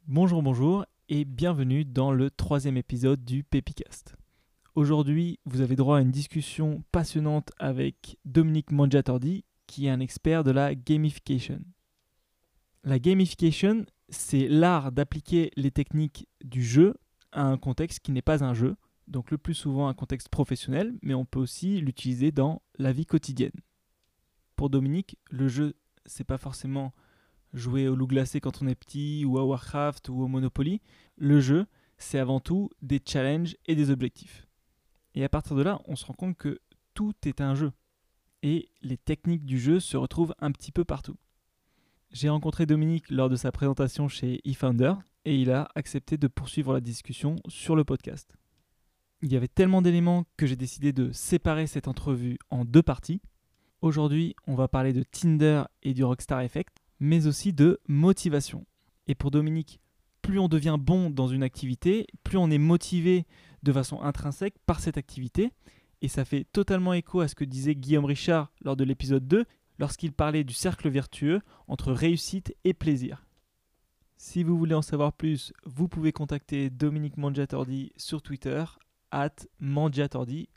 Bonjour et bienvenue dans le 3e épisode du Pepicast. Aujourd'hui, vous avez droit à une discussion passionnante avec Dominique Mangiatordi, qui est un expert de la gamification. La gamification, c'est l'art d'appliquer les techniques du jeu à un contexte qui n'est pas un jeu, donc le plus souvent un contexte professionnel, mais on peut aussi l'utiliser dans la vie quotidienne. Pour Dominique, le jeu, c'est pas forcément jouer au loup glacé quand on est petit, ou à Warcraft, ou au Monopoly. Le jeu, c'est avant tout des challenges et des objectifs. Et à partir de là, on se rend compte que tout est un jeu. Et les techniques du jeu se retrouvent un petit peu partout. J'ai rencontré Dominique lors de sa présentation chez eFounder, et il a accepté de poursuivre la discussion sur le podcast. Il y avait tellement d'éléments que j'ai décidé de séparer cette entrevue en 2 parties. Aujourd'hui, on va parler de Tinder et du Rockstar Effect, mais aussi de motivation. Et pour Dominique, plus on devient bon dans une activité, plus on est motivé de façon intrinsèque par cette activité. Et ça fait totalement écho à ce que disait Guillaume Richard lors de l'épisode 2, lorsqu'il parlait du cercle vertueux entre réussite et plaisir. Si vous voulez en savoir plus, vous pouvez contacter Dominique Mangiatordi sur Twitter, @Mangiatordi,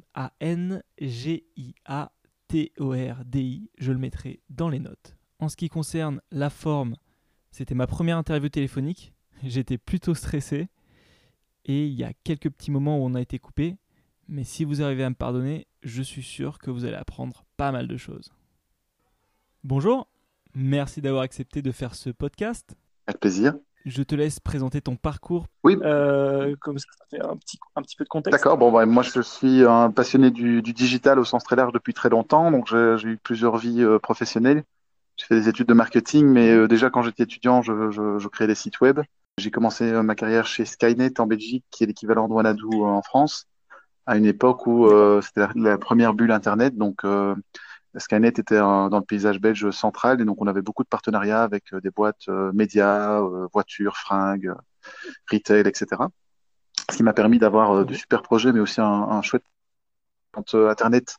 Mangiatordi, je le mettrai dans les notes. En ce qui concerne la forme, c'était ma première interview téléphonique. J'étais plutôt stressé et il y a quelques petits moments où on a été coupé. Mais si vous arrivez à me pardonner, je suis sûr que vous allez apprendre pas mal de choses. Bonjour, merci d'avoir accepté de faire ce podcast. Avec plaisir. Je te laisse présenter ton parcours. Oui, Comme ça fait un petit peu de contexte. d'accord. Bon, moi, je suis un passionné du digital au sens très large depuis très longtemps. Donc, j'ai eu plusieurs vies professionnelles. J'ai fait des études de marketing, mais déjà quand j'étais étudiant, je créais des sites web. J'ai commencé ma carrière chez Skynet en Belgique, qui est l'équivalent de Wanadoo en France, à une époque où c'était la première bulle Internet. Donc, Skynet était dans le paysage belge central, et donc on avait beaucoup de partenariats avec des boîtes médias, voitures, fringues, retail, etc. Ce qui m'a permis d'avoir de super projets, mais aussi un chouette quand Internet,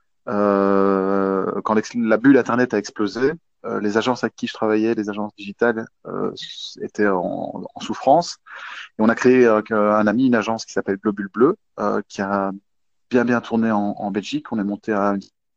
quand la bulle Internet a explosé. Les agences avec qui je travaillais, les agences digitales, étaient en souffrance. Et on a créé avec un ami une agence qui s'appelle Globule Bleu, qui a bien tourné en Belgique. On est monté à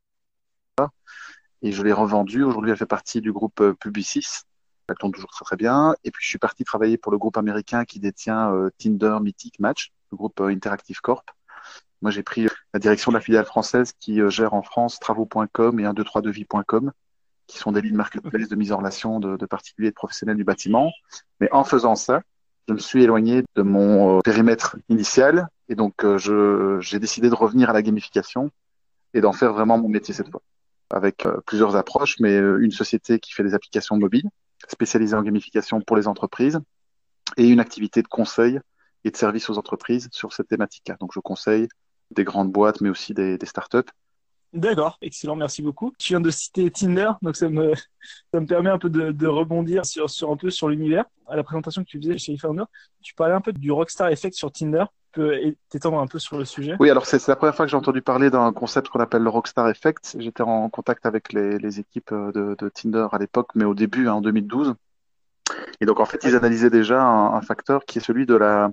et je l'ai revendue. Aujourd'hui, elle fait partie du groupe Publicis. Elle tourne toujours très très bien. Et puis, je suis parti travailler pour le groupe américain qui détient Tinder, Mythic, Match, le groupe Interactive Corp. Moi, j'ai pris la direction de la filiale française qui gère en France travaux.com et 123devis.com, qui sont des lignes marketplace de mise en relation de particuliers et de professionnels du bâtiment. Mais en faisant ça, je me suis éloigné de mon périmètre initial. Et donc, j'ai décidé de revenir à la gamification et d'en faire vraiment mon métier cette fois, avec plusieurs approches, mais une société qui fait des applications mobiles, spécialisée en gamification pour les entreprises, et une activité de conseil et de service aux entreprises sur cette thématique-là. Donc, je conseille des grandes boîtes, mais aussi des startups. D'accord, excellent, merci beaucoup. Tu viens de citer Tinder, donc ça me permet un peu de rebondir sur un peu sur l'univers. À la présentation que tu faisais chez eFounder, tu parlais un peu du Rockstar Effect sur Tinder. Tu peux t'étendre un peu sur le sujet? Oui, alors c'est la première fois que j'ai entendu parler d'un concept qu'on appelle le Rockstar Effect. J'étais en contact avec les équipes de Tinder à l'époque, mais au début, en 2012. Et donc, en fait, ils analysaient déjà un facteur qui est celui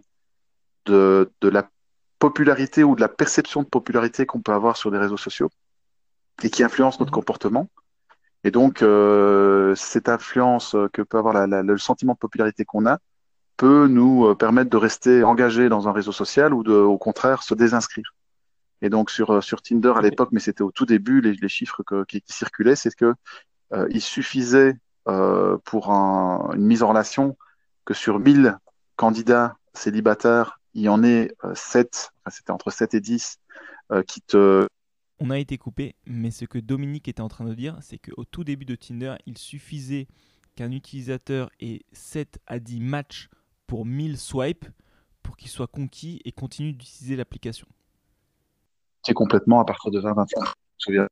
de la popularité ou de la perception de popularité qu'on peut avoir sur des réseaux sociaux et qui influence notre comportement. Et donc, cette influence que peut avoir le sentiment de popularité qu'on a peut nous permettre de rester engagé dans un réseau social ou au contraire, se désinscrire. Et donc, sur Tinder à l'époque, mais c'était au tout début, les chiffres qui circulaient, c'est que il suffisait pour une mise en relation que sur 1000 candidats célibataires, il y en ait 7, enfin, c'était entre 7 et 10, qui te... On a été coupé, mais ce que Dominique était en train de dire, c'est qu'au tout début de Tinder, il suffisait qu'un utilisateur ait 7 à 10 matchs pour 1000 swipes pour qu'il soit conquis et continue d'utiliser l'application. C'est complètement à partir de 20-25. Je me souviens,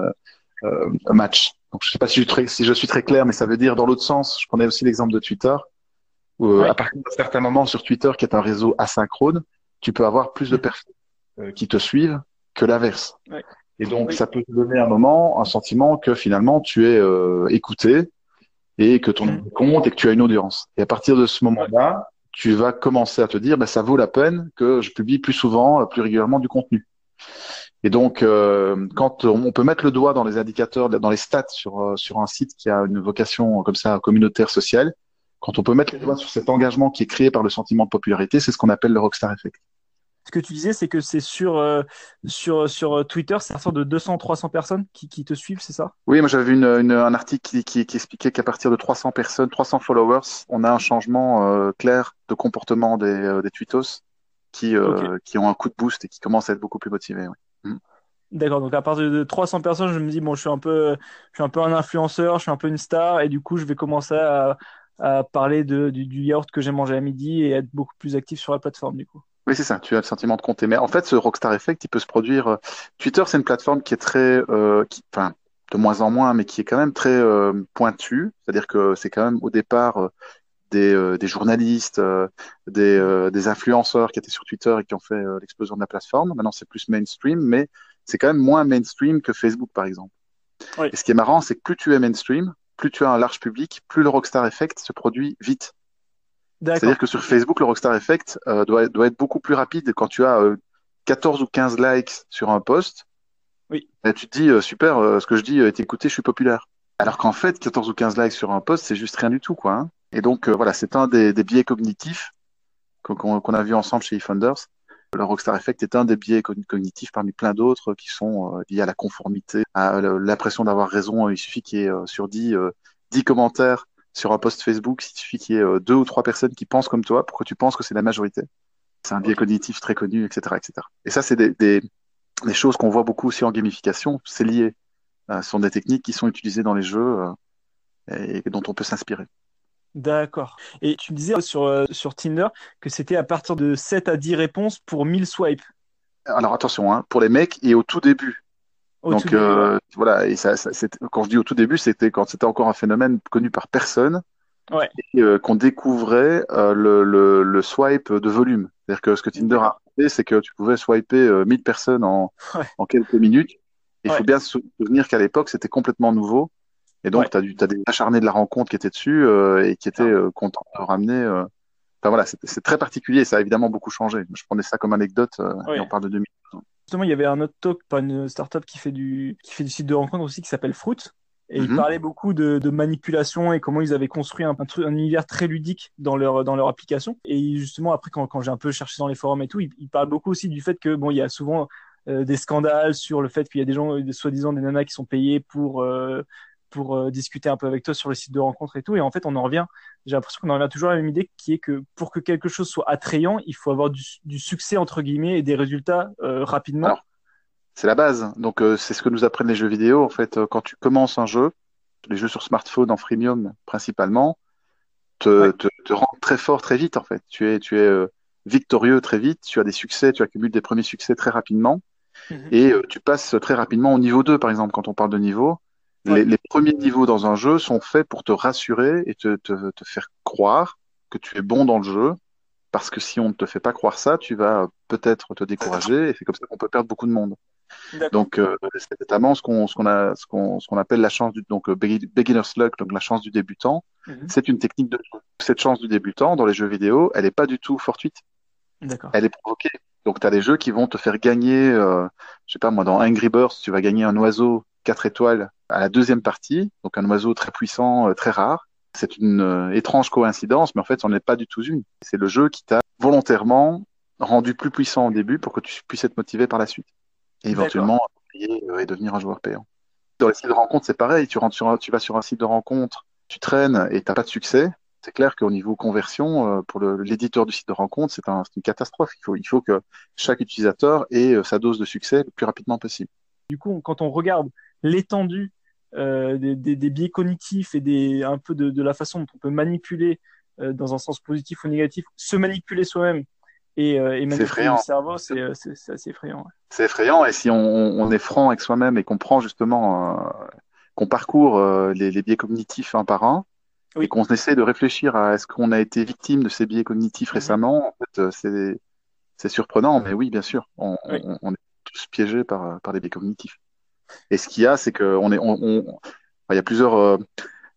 un match. Donc, je ne sais pas si je suis très clair, mais ça veut dire dans l'autre sens. Je prenais aussi l'exemple de Twitter, où à partir d'un certain moment sur Twitter, qui est un réseau asynchrone, tu peux avoir plus de personnes qui te suivent que l'inverse. Ouais. Et donc, ça peut te donner un moment, un sentiment que finalement, tu es écouté et que ton Mhm. compte et que tu as une audience. Et à partir de ce Ouais. moment-là, tu vas commencer à te dire, ça vaut la peine que je publie plus souvent, plus régulièrement du contenu. Et donc, quand on peut mettre le doigt dans les indicateurs, dans les stats sur un site qui a une vocation comme ça communautaire sociale, quand on peut mettre le doigt sur cet engagement qui est créé par le sentiment de popularité, c'est ce qu'on appelle le rockstar effect. Ce que tu disais, c'est que c'est sur Twitter, c'est à partir de 200-300 personnes qui te suivent, c'est ça? Oui, moi j'avais vu un article qui expliquait qu'à partir de 300 personnes, 300 followers, on a un changement clair de comportement des tweetos Ok. qui ont un coup de boost et qui commencent à être beaucoup plus motivés. Oui. Mm. D'accord. Donc à partir de 300 personnes, je me dis, bon, je suis un peu un influenceur, je suis un peu une star, et du coup, je vais commencer à parler du yaourt que j'ai mangé à midi et être beaucoup plus actif sur la plateforme, du coup. Oui, c'est ça, tu as le sentiment de compter. Mais en fait, ce rockstar effect, il peut se produire. Twitter, c'est une plateforme qui est très, enfin, de moins en moins, mais qui est quand même très pointue. C'est-à-dire que c'est quand même au départ des journalistes, des influenceurs qui étaient sur Twitter et qui ont fait l'explosion de la plateforme. Maintenant, c'est plus mainstream, mais c'est quand même moins mainstream que Facebook, par exemple. Oui. Et ce qui est marrant, c'est que plus tu es mainstream, plus tu as un large public, plus le rockstar effect se produit vite. C'est-à-dire D'accord. que sur Facebook, le Rockstar Effect doit être beaucoup plus rapide. Quand tu as 14 ou 15 likes sur un post, Oui. tu te dis, super, ce que je dis est écouté, je suis populaire. Alors qu'en fait, 14 ou 15 likes sur un post, c'est juste rien du tout, quoi. Hein. Et donc, voilà, c'est un des biais cognitifs qu'on a vu ensemble chez eFounders. Le Rockstar Effect est un des biais cognitifs parmi plein d'autres qui sont liés à la conformité, à l'impression d'avoir raison. Il suffit qu'il y ait sur 10 commentaires sur un post Facebook, il suffit qu'il y ait 2 ou 3 personnes qui pensent comme toi pour que tu penses que c'est la majorité. C'est un biais Ok. cognitif très connu, etc., etc. Et ça, c'est des choses qu'on voit beaucoup aussi en gamification. C'est lié. Ce sont des techniques qui sont utilisées dans les jeux et dont on peut s'inspirer. D'accord. Et tu me disais sur Tinder que c'était à partir de 7 à 10 réponses pour 1000 swipes Alors attention, hein, pour les mecs et au tout début. au tout Donc début, ouais. voilà, et quand je dis au tout début, c'était quand c'était encore un phénomène connu par personne Ouais. et qu'on découvrait le swipe de volume. C'est-à-dire que ce que Tinder D'accord. a fait, c'est que tu pouvais swiper 1000 personnes Ouais. en quelques minutes. Il faut Ouais. bien se souvenir qu'à l'époque, c'était complètement nouveau. Et donc, Ouais. t'as des acharnés de la rencontre qui étaient dessus et qui étaient Clairement. contents de ramener. Enfin voilà, c'est très particulier. Ça a évidemment beaucoup changé. Je prenais ça comme anecdote et on Ouais. parle de 2000. Justement, il y avait un autre talk par une startup qui fait du site de rencontre aussi qui s'appelle Fruit. Et ils Mhm. parlaient beaucoup de manipulation et comment ils avaient construit un univers très ludique dans leur application. Et justement, après, quand j'ai un peu cherché dans les forums et tout, ils parlent beaucoup aussi du fait que, bon, il y a souvent des scandales sur le fait qu'il y a des gens, soi-disant des nanas qui sont payées pour discuter un peu avec toi sur le site de rencontre et tout. Et en fait, j'ai l'impression qu'on en revient toujours à la même idée qui est que pour que quelque chose soit attrayant, il faut avoir du succès, entre guillemets, et des résultats rapidement. Alors, c'est la base. Donc, c'est ce que nous apprennent les jeux vidéo. En fait, quand tu commences un jeu, les jeux sur smartphone en freemium principalement, Ouais. te rendent très fort très vite, en fait. Tu es victorieux très vite, tu as des succès, tu accumules des premiers succès très rapidement. Mhm. Et tu passes très rapidement au niveau 2, par exemple, quand on parle de niveau. Ouais. Les premiers niveaux dans un jeu sont faits pour te rassurer et te faire croire que tu es bon dans le jeu, parce que si on ne te fait pas croire ça, tu vas peut-être te décourager, et c'est comme ça qu'on peut perdre beaucoup de monde. D'accord. Donc, c'est notamment ce qu'on appelle la chance donc beginner's luck, donc la chance du débutant. Mhm. C'est une technique de jeu. Cette chance du débutant dans les jeux vidéo, elle n'est pas du tout fortuite, D'accord. elle est provoquée. Donc, tu as des jeux qui vont te faire gagner, je sais pas moi, dans Angry Birds, tu vas gagner un oiseau 4 étoiles à la deuxième partie, donc un oiseau très puissant, très rare. C'est une étrange coïncidence, mais en fait, ce n'en est pas du tout une. C'est le jeu qui t'a volontairement rendu plus puissant au début pour que tu puisses être motivé par la suite. Et D'accord. éventuellement payer et devenir un joueur payant. Dans les sites de rencontre, c'est pareil. Tu vas sur un site de rencontre, tu traînes et t'as pas de succès. C'est clair qu'au niveau conversion, pour l'éditeur du site de rencontre, c'est une catastrophe. Il faut que chaque utilisateur ait sa dose de succès le plus rapidement possible. Du coup, quand on regarde l'étendue des biais cognitifs et un peu de la façon dont on peut manipuler dans un sens positif ou négatif, se manipuler soi-même et C'est manipuler le effrayant. cerveau, c'est assez effrayant. Ouais. C'est effrayant. Et si on est franc avec soi-même et qu'on prend justement, qu'on parcourt les biais cognitifs un par un, et Oui. qu'on essaie de réfléchir à est-ce qu'on a été victime de ces biais cognitifs Mhm. récemment, en fait, c'est surprenant, mais oui, bien sûr, Oui. on est tous piégés par les biais cognitifs. Et ce qu'il y a, c'est que il y a plusieurs.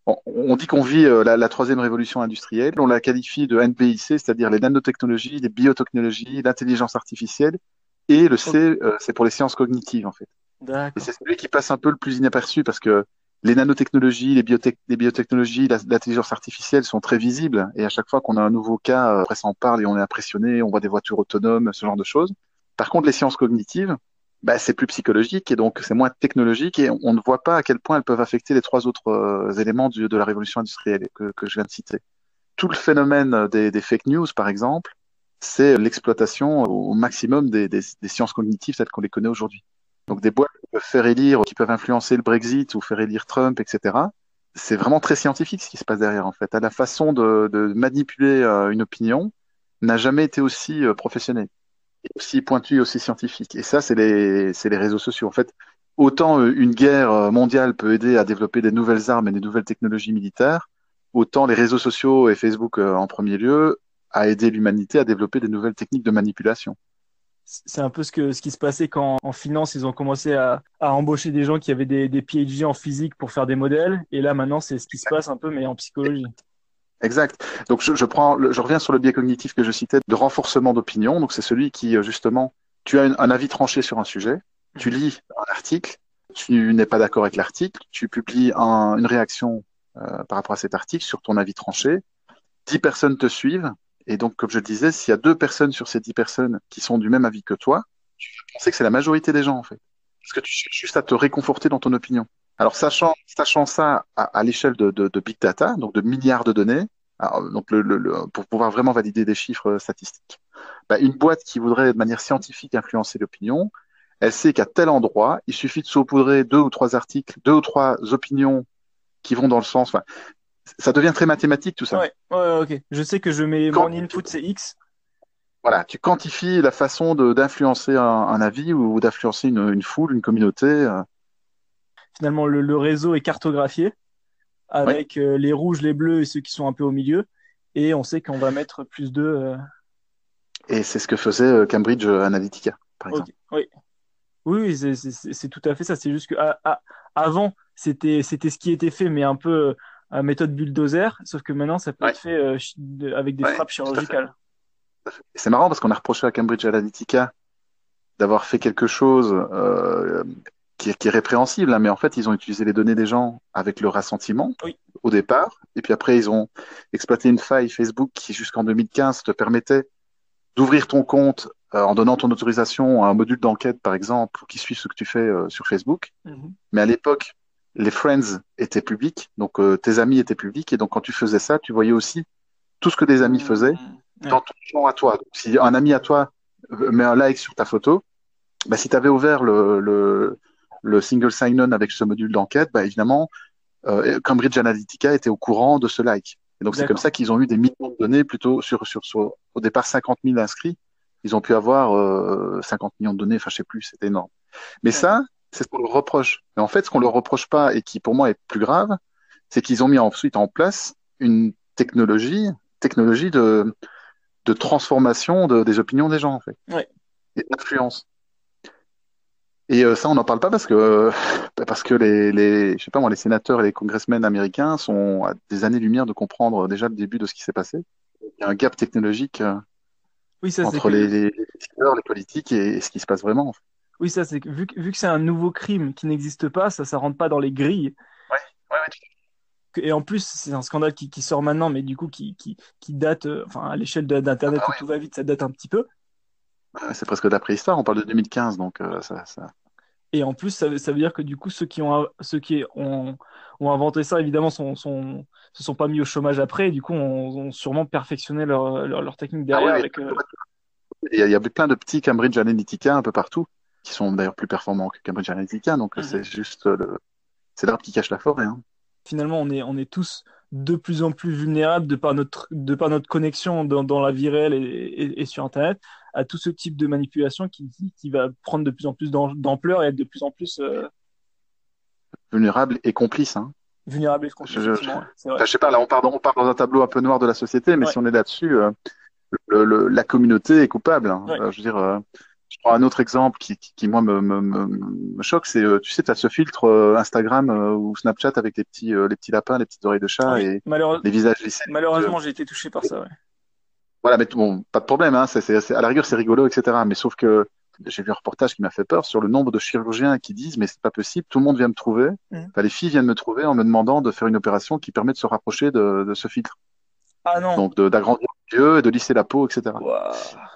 On dit qu'on vit la troisième révolution industrielle. On la qualifie de NBIC, c'est-à-dire les nanotechnologies, les biotechnologies, l'intelligence artificielle. Et le Ok, C, c'est pour les sciences cognitives, en fait. Et d'accord. c'est celui qui passe un peu le plus inaperçu parce que les nanotechnologies, les biotechnologies, l'intelligence artificielle sont très visibles. Et à chaque fois qu'on a un nouveau cas, après ça en parle et on est impressionné, on voit des voitures autonomes, ce genre de choses. Par contre, les sciences cognitives, bah, c'est plus psychologique et donc c'est moins technologique et on ne voit pas à quel point elles peuvent affecter les trois autres éléments de la révolution industrielle que je viens de citer. Tout le phénomène des fake news, par exemple, c'est l'exploitation au maximum des sciences cognitives telles qu'on les connaît aujourd'hui. Donc des boîtes qui peuvent faire élire, qui peuvent influencer le Brexit ou faire élire Trump, etc. C'est vraiment très scientifique ce qui se passe derrière en fait. La façon de manipuler une opinion n'a jamais été aussi professionnelle, aussi pointue, aussi scientifique. Et ça, c'est les réseaux sociaux. En fait, autant une guerre mondiale peut aider à développer des nouvelles armes et des nouvelles technologies militaires, autant les réseaux sociaux et Facebook en premier lieu a aidé l'humanité à développer des nouvelles techniques de manipulation. C'est un peu ce qui se passait quand en finance, ils ont commencé à embaucher des gens qui avaient des PhD en physique pour faire des modèles. Et là, maintenant, c'est ce qui se passe un peu, mais en psychologie. Exact. Donc je reviens sur le biais cognitif que je citais de renforcement d'opinion. Donc c'est celui qui justement, tu as un avis tranché sur un sujet, tu Mhm. lis un article, tu n'es pas d'accord avec l'article, tu publies une réaction par rapport à cet article sur ton avis tranché. 10 personnes te suivent et donc comme je le disais, s'il y a 2 personnes sur ces 10 personnes qui sont du même avis que toi, tu vas penser que c'est la majorité des gens en fait, parce que tu cherches juste à te réconforter dans ton opinion. Alors, sachant ça à l'échelle de big data, donc de milliards de données, alors, donc pour pouvoir vraiment valider des chiffres statistiques, bah, une boîte qui voudrait de manière scientifique influencer l'opinion, elle sait qu'à tel endroit, il suffit de saupoudrer 2 ou 3 articles, 2 ou 3 opinions qui vont dans le sens. Enfin, ça devient très mathématique tout ça. Ouais, ouais, ok. Je sais que je mets Quand, mon input, c'est X. voilà, tu quantifies la façon d'influencer un avis ou d'influencer une foule, une communauté. Finalement, le réseau est cartographié Oui, avec les rouges, les bleus et ceux qui sont un peu au milieu. Et on sait qu'on va mettre plus de. et c'est ce que faisait Cambridge Analytica, par Ok, exemple. oui. Oui, oui, c'est tout à fait ça. C'est juste que avant, c'était ce qui était fait, mais un peu à méthode bulldozer. Sauf que maintenant, ça peut Ouais, être fait avec des ouais, frappes tout à fait. chirurgicales. Et c'est marrant parce qu'on a reproché à Cambridge Analytica d'avoir fait quelque chose qui est répréhensible, hein, mais en fait, ils ont utilisé les données des gens avec leur assentiment Oui. au départ, et puis après, ils ont exploité une faille Facebook qui, jusqu'en 2015, te permettait d'ouvrir ton compte en donnant ton autorisation à un module d'enquête, par exemple, pour qu'ils suivent ce que tu fais sur Facebook. Mhm. Mais à l'époque, les friends étaient publics, donc tes amis étaient publics, et donc quand tu faisais ça, tu voyais aussi tout ce que des amis faisaient Mhm. Ouais. dans ton champ à toi. Donc, si un ami à toi met un like sur ta photo, bah, si tu avais ouvert le single sign-on avec ce module d'enquête, bah, évidemment, Cambridge Analytica était au courant de ce like. Et donc, c'est comme D'accord. ça qu'ils ont eu des millions de données plutôt au départ 50 000 inscrits. Ils ont pu avoir 50 millions de données, enfin, je sais plus, c'était énorme. Mais Ouais. ça, c'est ce qu'on leur reproche. Mais en fait, ce qu'on leur reproche pas et qui, pour moi, est plus grave, c'est qu'ils ont mis ensuite en place une technologie de transformation des opinions des gens, en fait, Ouais. et d'influence. Et ça, on n'en parle pas parce que je sais pas moi, les sénateurs et les congressmen américains sont à des années-lumière de comprendre déjà le début de ce qui s'est passé. Il y a un gap technologique Oui, ça, c'est entre que les décideurs, les politiques et ce qui se passe vraiment, en fait. Oui, ça, c'est que vu que c'est un nouveau crime qui n'existe pas, ça rentre pas dans les grilles. Ouais, ouais, ouais. Et en plus, c'est un scandale qui sort maintenant, mais du coup, qui date, enfin, à l'échelle Ah d'Internet bah où tout va vite, ça date un petit peu. ouais, c'est presque de la préhistoire. On parle de 2015, donc Et en plus, ça veut dire que du coup, ceux qui ont inventé ça, évidemment, se sont pas mis au chômage après, et du coup, ont sûrement perfectionné leur technique ah oui, derrière oui. avec. Il y a plein de petits Cambridge Analytica un peu partout qui sont d'ailleurs plus performants que Cambridge Analytica. Donc Mhm. c'est juste c'est l'arbre qui cache la forêt, hein. Finalement, on est tous de plus en plus vulnérables de par notre connexion dans la vie réelle et sur Internet à tout ce type de manipulation qui va prendre de plus en plus d'ampleur et être de plus en plus Vulnérable et complice, hein. vulnérable et effectivement, ouais, c'est vrai. Enfin, je sais pas, là on part dans un tableau un peu noir de la société, mais Ouais, si on est là-dessus, la communauté est coupable, hein. ouais. Je veux dire, Je prends un autre exemple qui moi, me choque, c'est, tu sais, tu as ce filtre Instagram ou Snapchat avec les petits lapins, les petites oreilles de Ah chat oui, et les visages lissés. malheureusement, j'ai été touché par ça, ouais. Voilà, mais bon, pas de problème, hein, à la rigueur, c'est rigolo, etc. Mais sauf que j'ai vu un reportage qui m'a fait peur sur le nombre de chirurgiens qui disent, mais c'est pas possible, tout le monde vient me trouver, Mhm. enfin, les filles viennent me trouver en me demandant de faire une opération qui permet de se rapprocher de ce filtre. Ah non. Donc, d'agrandir les yeux et de lisser la peau, etc. Ouah.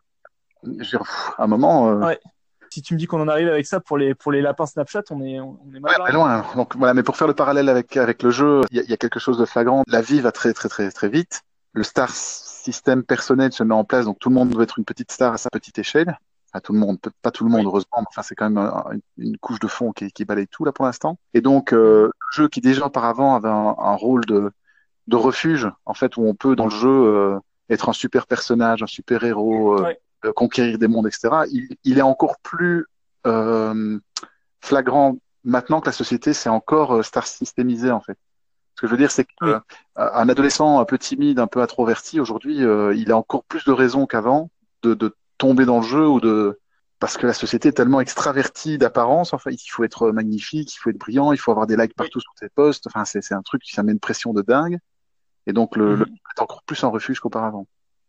Je veux dire, à un moment, Ouais. Si tu me dis qu'on en arrive avec ça pour les lapins Snapchat, on est mal ouais, on est barré. loin. Donc, voilà, mais pour faire le parallèle avec le jeu, il y a quelque chose de flagrant. La vie va très, très, très, très vite. Le star system personnel se met en place, donc tout le monde doit être une petite star à sa petite échelle. Enfin, tout le monde, pas tout le monde, Oui. heureusement, mais enfin, c'est quand même une couche de fond qui balaye tout là pour l'instant. Et donc, Mhm. le jeu qui déjà auparavant avait un rôle de refuge, en fait, où on peut dans le jeu être un super personnage, un super héros, Ouais. conquérir des mondes, etc. Il est encore plus euh, flagrant maintenant que la société s'est encore star systémisée, en fait. Ce que je veux dire, c'est qu'un Oui. adolescent un peu timide, un peu introverti, aujourd'hui, il a encore plus de raisons qu'avant de tomber dans le jeu ou de parce que la société est tellement extravertie d'apparence. Enfin, il faut être magnifique, il faut être brillant, il faut avoir des likes Oui. partout sur ses posts. Enfin, c'est un truc qui ça met une pression de dingue. Et donc, le Mhm. est encore plus un refuge qu'auparavant.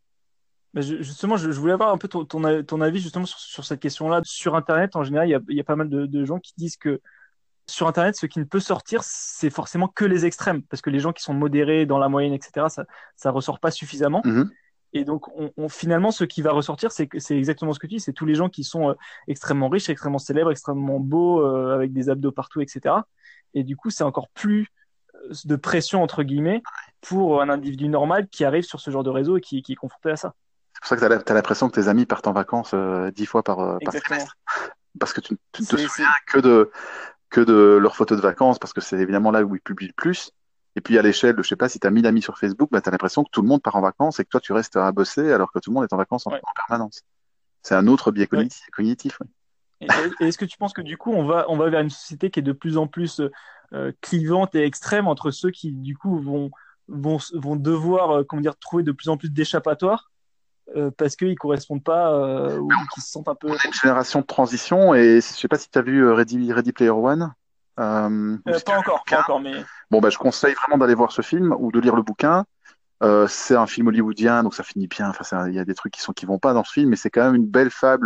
Mais justement, je voulais avoir un peu ton avis justement sur cette question-là. Sur Internet, en général, il y a pas mal de gens qui disent que sur Internet, ce qui ne peut sortir, c'est forcément que les extrêmes, parce que les gens qui sont modérés dans la moyenne, etc., ça ressort pas suffisamment. Mhm. Et donc, finalement, ce qui va ressortir, c'est exactement ce que tu dis, c'est tous les gens qui sont extrêmement riches, extrêmement célèbres, extrêmement beaux, avec des abdos partout, etc. Et du coup, c'est encore plus de pression, entre guillemets, pour un individu normal qui arrive sur ce genre de réseau et qui est confronté à ça. C'est pour ça que tu as l'impression que tes amis partent en vacances 10 fois par Exactement. trimestre. Parce que tu ne te C'est, souviens c'est... que de leurs photos de vacances, parce que c'est évidemment là où ils publient le plus. Et puis à l'échelle, je sais pas, si tu as 1000 amis sur Facebook, bah, tu as l'impression que tout le monde part en vacances et que toi, tu restes à bosser alors que tout le monde est en vacances en Ouais, permanence. C'est un autre biais ouais. cognitif. Ouais. Et est-ce que tu penses que du coup, on va vers une société qui est de plus en plus clivante et extrême entre ceux qui, du coup, vont devoir, comment dire, trouver de plus en plus d'échappatoires parce qu'ils correspondent pas ou qu'ils se sentent un On peu. est une génération de transition et je sais pas si tu as vu Ready Player One ou si tu as lu le Pas bouquin. encore, mais. Bon, bah, je conseille vraiment d'aller voir ce film ou de lire le bouquin. C'est un film hollywoodien, donc ça finit bien. Enfin, il y a des trucs qui vont pas dans ce film, mais c'est quand même une belle fable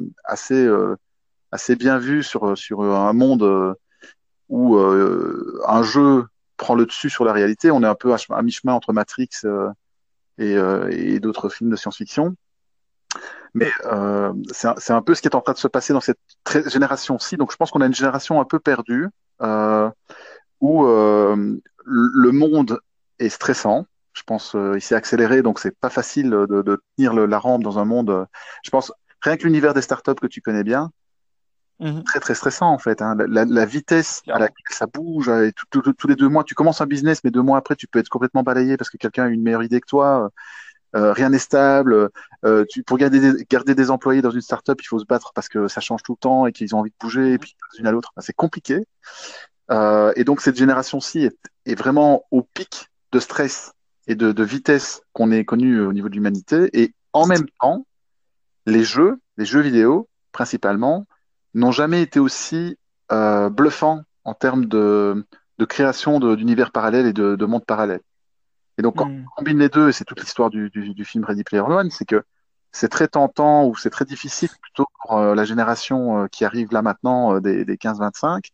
assez bien vue sur un monde où un jeu prend le dessus sur la réalité. On est un peu à mi-chemin entre Matrix et d'autres films de science-fiction. Mais c'est un peu ce qui est en train de se passer dans cette génération-ci. Donc je pense qu'on a une génération un peu perdue euh, où le monde est stressant. Je pense il s'est accéléré, donc c'est pas facile de tenir la rampe dans un monde. Je pense rien que l'univers des startups que tu connais bien, Mhm, très très stressant en fait. Hein. La vitesse à clairement. laquelle ça bouge, et tous les 2 mois, tu commences un business, mais 2 mois après, tu peux être complètement balayé parce que quelqu'un a une meilleure idée que toi. Rien n'est stable. Pour garder des employés dans une startup, il faut se battre parce que ça change tout le temps et qu'ils ont envie de bouger et Mhm, puis d'une à l'autre. Enfin, c'est compliqué. Et donc cette génération-ci est vraiment au pic de stress et de vitesse qu'on ait connu au niveau de l'humanité. Et en même temps, les jeux vidéo principalement, n'ont jamais été aussi bluffants en termes de création d'univers parallèles et de mondes parallèles. Et donc, quand mhm. on combine les deux, et c'est toute l'histoire du film Ready Player One, c'est que c'est très tentant ou c'est très difficile plutôt pour la génération qui arrive là maintenant des 15-25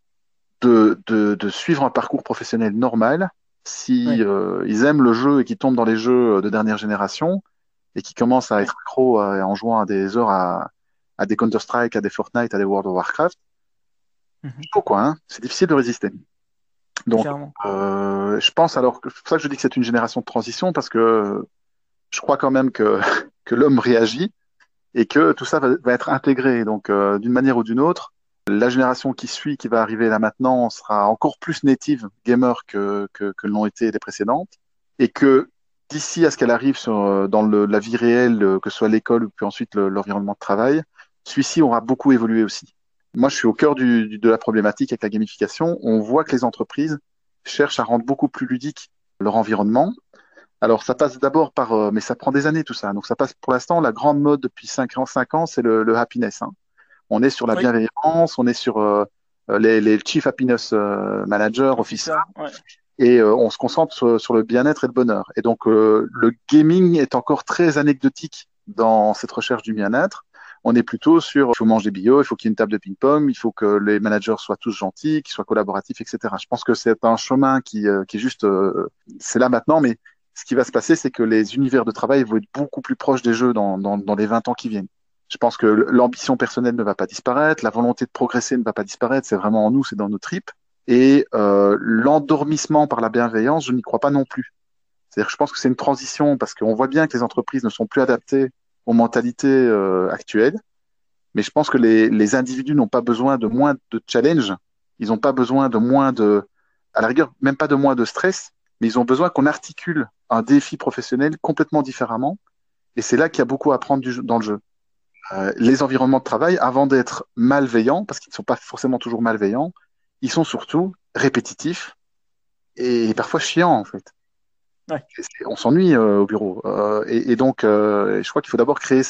de suivre un parcours professionnel normal si Ouais, ils aiment le jeu et qu'ils tombent dans les jeux de dernière génération et qui commencent à ouais. être accros en jouant à des heures à des Counter-Strike, à des Fortnite, à des World of Warcraft. Mhm, Faut quoi, hein, c'est difficile de résister. Donc, clairement. je pense alors que c'est pour ça que je dis que c'est une génération de transition parce que je crois quand même que, que l'homme réagit et que tout ça va être intégré. Donc, d'une manière ou d'une autre, la génération qui suit, qui va arriver là maintenant, sera encore plus native gamer que l'ont été les précédentes. Et que d'ici à ce qu'elle arrive dans la vie réelle, que ce soit l'école ou puis ensuite l'environnement de travail, celui-ci aura beaucoup évolué aussi. Moi, je suis au cœur de la problématique avec la gamification. On voit que les entreprises cherchent à rendre beaucoup plus ludique leur environnement Alors, ça passe d'abord par, mais ça prend des années tout ça. Donc, ça passe pour l'instant, la grande mode depuis 5 ans, c'est le happiness, hein. On est sur la Oui, bienveillance, on est sur les Chief Happiness Manager, Officer, officer, ouais. et on se concentre sur le bien-être et le bonheur. Et donc, le gaming est encore très anecdotique dans cette recherche du bien-être. On est plutôt sur, il faut manger bio, il faut qu'il y ait une table de ping-pong, il faut que les managers soient tous gentils, qu'ils soient collaboratifs, etc. Je pense que c'est un chemin qui est juste, c'est là maintenant, mais ce qui va se passer, c'est que les univers de travail vont être beaucoup plus proches des jeux dans les 20 ans qui viennent. Je pense que l'ambition personnelle ne va pas disparaître, la volonté de progresser ne va pas disparaître, c'est vraiment en nous, c'est dans nos tripes. Et l'endormissement par la bienveillance, je n'y crois pas non plus. C'est-à-dire que je pense que c'est une transition parce qu'on voit bien que les entreprises ne sont plus adaptées aux mentalités actuelles. Mais je pense que les individus n'ont pas besoin de moins de challenge. Ils n'ont pas besoin de moins de, à la rigueur, même pas de moins de stress, mais ils ont besoin qu'on articule un défi professionnel complètement différemment. Et c'est là qu'il y a beaucoup à apprendre dans le jeu. Les environnements de travail, avant d'être malveillants, parce qu'ils ne sont pas forcément toujours malveillants, ils sont surtout répétitifs et parfois chiants en fait. Ouais. On s'ennuie au bureau. Et donc, je crois qu'il faut d'abord créer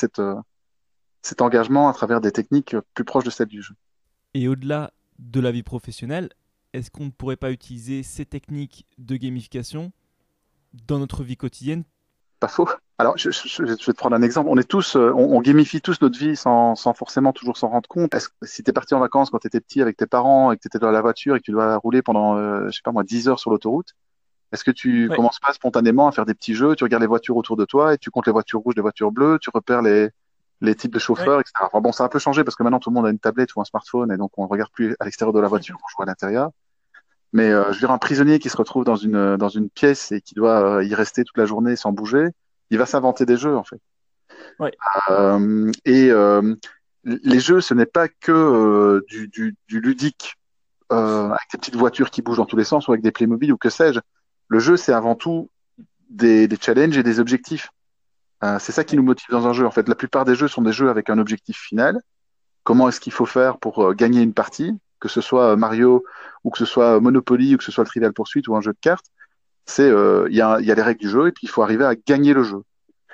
cet engagement à travers des techniques plus proches de celles du jeu. Et au-delà de la vie professionnelle, est-ce qu'on ne pourrait pas utiliser ces techniques de gamification dans notre vie quotidienne? Pas faux. Alors, je vais te prendre un exemple. On est tous, on gamifie tous notre vie sans forcément toujours s'en rendre compte. Si tu es parti en vacances quand tu étais petit avec tes parents et que tu étais dans la voiture et que tu dois rouler pendant, je sais pas moi, 10 heures sur l'autoroute, est-ce que tu Oui, commences pas spontanément à faire des petits jeux, tu regardes les voitures autour de toi et tu comptes les voitures rouges, les voitures bleues, tu repères les types de oui, chauffeurs, etc. Enfin bon, ça a un peu changé parce que maintenant tout le monde a une tablette ou un smartphone et donc on ne regarde plus à l'extérieur de la voiture, on joue à l'intérieur. Mais je veux dire, un prisonnier qui se retrouve dans une pièce et qui doit y rester toute la journée sans bouger, il va s'inventer des jeux en fait. oui. Et les jeux, ce n'est pas que du ludique avec des petites voitures qui bougent dans tous les sens ou avec des Playmobil ou que sais-je. Le jeu, c'est avant tout des challenges et des objectifs. C'est ça qui Oui. nous motive dans un jeu. En fait, la plupart des jeux sont des jeux avec un objectif final. Comment est-ce qu'il faut faire pour gagner une partie, que ce soit Mario ou que ce soit Monopoly ou que ce soit le Trivial Pursuit ou un jeu de cartes. Il y a les règles du jeu et puis il faut arriver à gagner le jeu.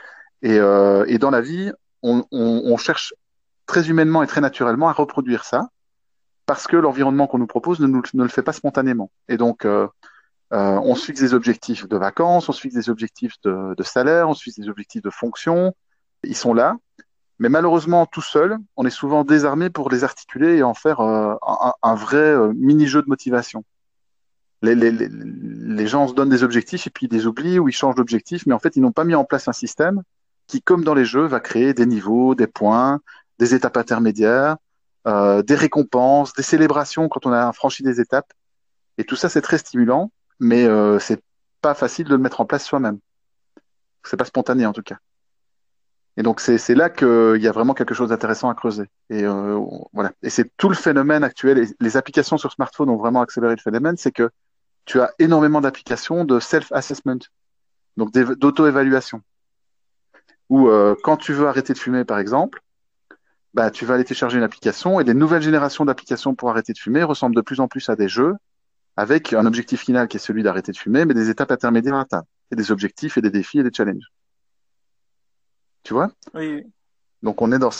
Et dans la vie, on cherche très humainement et très naturellement à reproduire ça parce que l'environnement qu'on nous propose ne le fait pas spontanément. Et donc, on se fixe des objectifs de vacances, on se fixe des objectifs de salaire, on se fixe des objectifs de fonction. Ils sont là, mais malheureusement, tout seul, on est souvent désarmé pour les articuler et en faire un vrai mini-jeu de motivation. Les gens se donnent des objectifs et puis ils les oublient ou ils changent d'objectif, mais en fait, ils n'ont pas mis en place un système qui, comme dans les jeux, va créer des niveaux, des points, des étapes intermédiaires, des récompenses, des célébrations quand on a franchi des étapes. Et tout ça, c'est très stimulant, mais c'est pas facile de le mettre en place soi-même. C'est pas spontané en tout cas. Et donc c'est là qu'il y a vraiment quelque chose d'intéressant à creuser. Et voilà. Et c'est tout le phénomène actuel. Et les applications sur smartphone ont vraiment accéléré le phénomène, c'est que tu as énormément d'applications de self-assessment, donc d'auto-évaluation. Où quand tu veux arrêter de fumer, par exemple, bah, tu vas aller télécharger une application et les nouvelles générations d'applications pour arrêter de fumer ressemblent de plus en plus à des jeux avec un objectif final qui est celui d'arrêter de fumer, mais des étapes intermédiaires à atteindre, et des objectifs et des défis et des challenges. Tu vois? Oui. Donc on est dans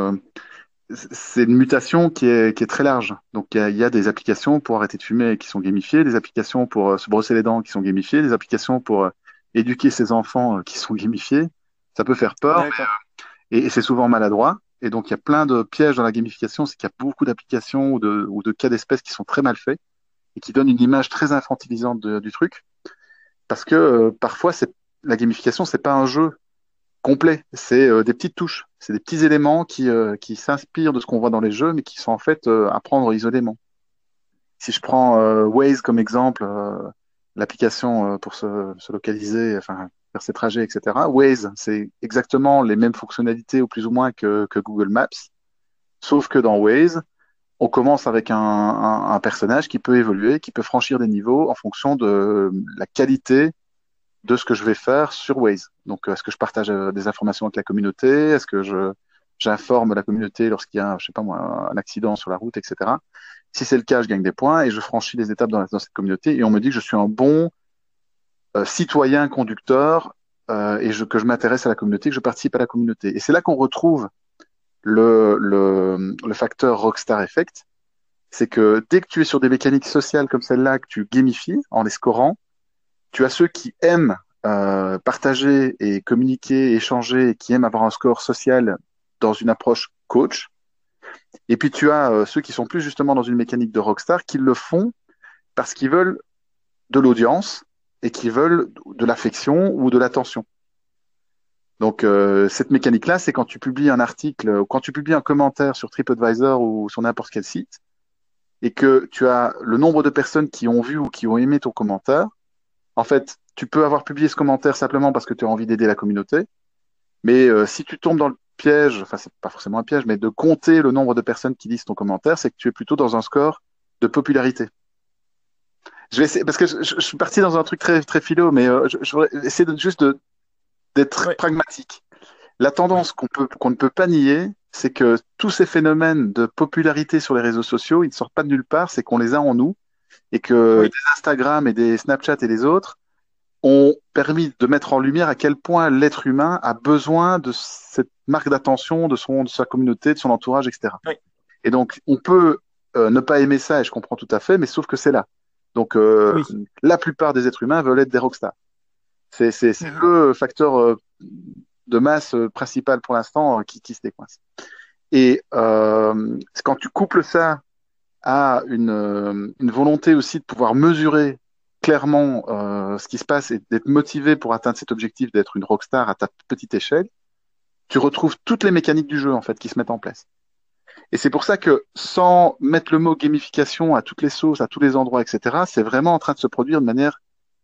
c'est une mutation qui est très large. Donc il y a des applications pour arrêter de fumer qui sont gamifiées, des applications pour se brosser les dents qui sont gamifiées, des applications pour éduquer ses enfants qui sont gamifiées. Ça peut faire peur, D'accord. et c'est souvent maladroit. Et donc il y a plein de pièges dans la gamification, c'est qu'il y a beaucoup d'applications ou de cas d'espèces qui sont très mal faits et qui donnent une image très infantilisante du truc. Parce que parfois, la gamification, c'est pas un jeu complet, c'est des petites touches, c'est des petits éléments qui s'inspirent de ce qu'on voit dans les jeux, mais qui sont en fait à prendre isolément. Si je prends Waze comme exemple, l'application pour se localiser, enfin faire ses trajets, etc. Waze, c'est exactement les mêmes fonctionnalités ou plus ou moins que Google Maps, sauf que dans Waze, on commence avec un personnage qui peut évoluer, qui peut franchir des niveaux en fonction de la qualité de ce que je vais faire sur Waze. Donc, est-ce que je partage des informations avec la communauté? Est-ce que j'informe la communauté lorsqu'il y a, je sais pas moi, un accident sur la route, etc. Si c'est le cas, je gagne des points et je franchis les étapes dans cette communauté et on me dit que je suis un bon citoyen conducteur que je m'intéresse à la communauté, que je participe à la communauté. Et c'est là qu'on retrouve le facteur Rockstar Effect. C'est que dès que tu es sur des mécaniques sociales comme celle-là, que tu gamifies en les scorant, tu as ceux qui aiment partager et communiquer, échanger, et qui aiment avoir un score social dans une approche coach. Et puis tu as ceux qui sont plus justement dans une mécanique de rockstar, qui le font parce qu'ils veulent de l'audience et qui veulent de l'affection ou de l'attention. Donc cette mécanique-là, c'est quand tu publies un article ou quand tu publies un commentaire sur TripAdvisor ou sur n'importe quel site et que tu as le nombre de personnes qui ont vu ou qui ont aimé ton commentaire. En fait, tu peux avoir publié ce commentaire simplement parce que tu as envie d'aider la communauté, mais si tu tombes dans le piège, enfin c'est pas forcément un piège, mais de compter le nombre de personnes qui lisent ton commentaire, c'est que tu es plutôt dans un score de popularité. Je vais essayer, parce que je suis parti dans un truc très, très philo, mais je voudrais essayer d'être Ouais. pragmatique. La tendance qu'on ne peut pas nier, c'est que tous ces phénomènes de popularité sur les réseaux sociaux, ils ne sortent pas de nulle part, c'est qu'on les a en nous, et que Oui. des Instagram et des Snapchat et les autres ont permis de mettre en lumière à quel point l'être humain a besoin de cette marque d'attention de sa communauté, de son entourage, etc. Oui. Et donc, on peut ne pas aimer ça, et je comprends tout à fait, mais sauf que c'est là. Donc, Oui. la plupart des êtres humains veulent être des rockstars. C'est Mhm. le facteur de masse principal pour l'instant qui se décoince. Et quand tu couples ça à une volonté aussi de pouvoir mesurer clairement ce qui se passe et d'être motivé pour atteindre cet objectif d'être une rockstar à ta petite échelle, tu retrouves toutes les mécaniques du jeu en fait qui se mettent en place. Et c'est pour ça que sans mettre le mot gamification à toutes les sauces, à tous les endroits, etc., c'est vraiment en train de se produire de manière,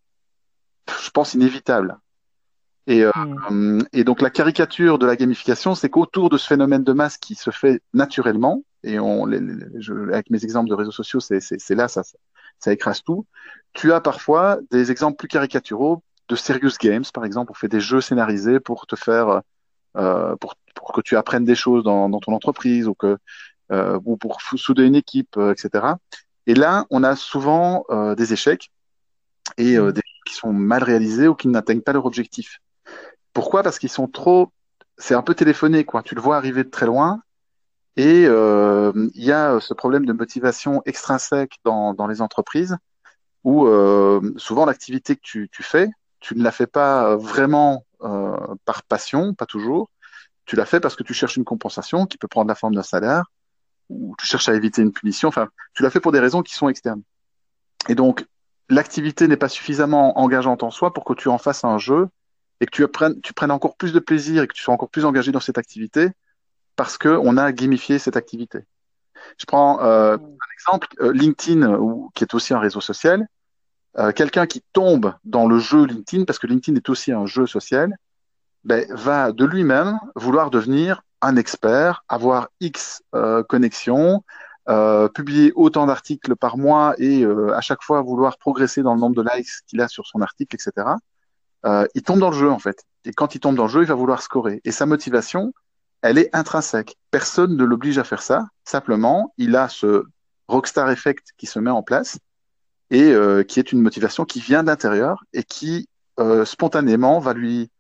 je pense, inévitable. Et, Mhm. et donc la caricature de la gamification, c'est qu'autour de ce phénomène de masse qui se fait naturellement, et avec mes exemples de réseaux sociaux, c'est là, ça écrase tout. Tu as parfois des exemples plus caricaturaux de serious games, par exemple, on fait des jeux scénarisés pour te faire, pour que tu apprennes des choses dans ton entreprise ou pour souder une équipe, etc. Et là, on a souvent des échecs et Mhm. des jeux qui sont mal réalisés ou qui n'atteignent pas leur objectif. Pourquoi? Parce qu'ils sont trop. C'est un peu téléphoné, quoi. Tu le vois arriver de très loin. Et il y a ce problème de motivation extrinsèque dans les entreprises où souvent l'activité que tu fais, tu ne la fais pas vraiment par passion, pas toujours. Tu la fais parce que tu cherches une compensation qui peut prendre la forme d'un salaire ou tu cherches à éviter une punition. Enfin, tu la fais pour des raisons qui sont externes. Et donc, l'activité n'est pas suffisamment engageante en soi pour que tu en fasses un jeu et que tu prennes encore plus de plaisir et que tu sois encore plus engagé dans cette activité parce qu'on a gamifié cette activité. Je prends un exemple, LinkedIn, qui est aussi un réseau social. Quelqu'un qui tombe dans le jeu LinkedIn, parce que LinkedIn est aussi un jeu social, ben, va de lui-même vouloir devenir un expert, avoir X connexions, publier autant d'articles par mois et à chaque fois vouloir progresser dans le nombre de likes qu'il a sur son article, etc. Il tombe dans le jeu en fait. Et quand il tombe dans le jeu, il va vouloir scorer. Et sa motivation, elle est intrinsèque. Personne ne l'oblige à faire ça. Simplement, il a ce rockstar effect qui se met en place et qui est une motivation qui vient de l'intérieur et qui spontanément va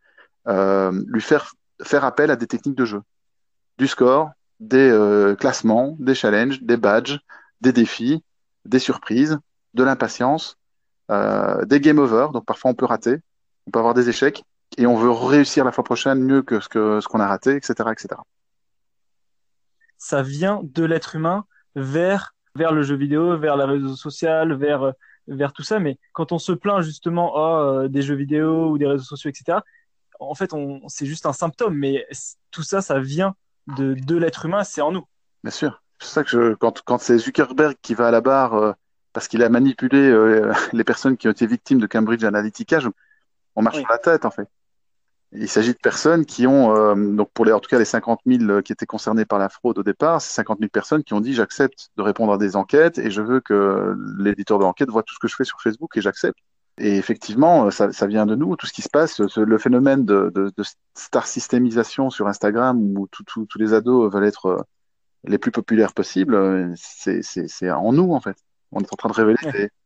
lui faire appel à des techniques de jeu, du score, des classements, des challenges, des badges, des défis, des surprises, de l'impatience, des game over. Donc parfois on peut rater, on peut avoir des échecs et on veut réussir la fois prochaine mieux que ce qu'on a raté, etc., etc. Ça vient de l'être humain vers le jeu vidéo, vers les réseaux sociaux, vers tout ça. Mais quand on se plaint justement des jeux vidéo ou des réseaux sociaux, etc., en fait, c'est juste un symptôme. Mais tout ça, ça vient de l'être humain, c'est en nous. Bien sûr. C'est ça que quand c'est Zuckerberg qui va à la barre parce qu'il a manipulé les personnes qui ont été victimes de Cambridge Analytica, on marche sur Oui, la tête en fait. Il s'agit de personnes qui ont, donc en tout cas les 50 000 qui étaient concernés par la fraude au départ, c'est 50 000 personnes qui ont dit j'accepte de répondre à des enquêtes et je veux que l'éditeur de l'enquête voit tout ce que je fais sur Facebook et j'accepte. Et effectivement, ça vient de nous, tout ce qui se passe, le phénomène de star systémisation sur Instagram où tous les ados veulent être les plus populaires possibles, c'est en nous en fait. On est en train de révéler ouais,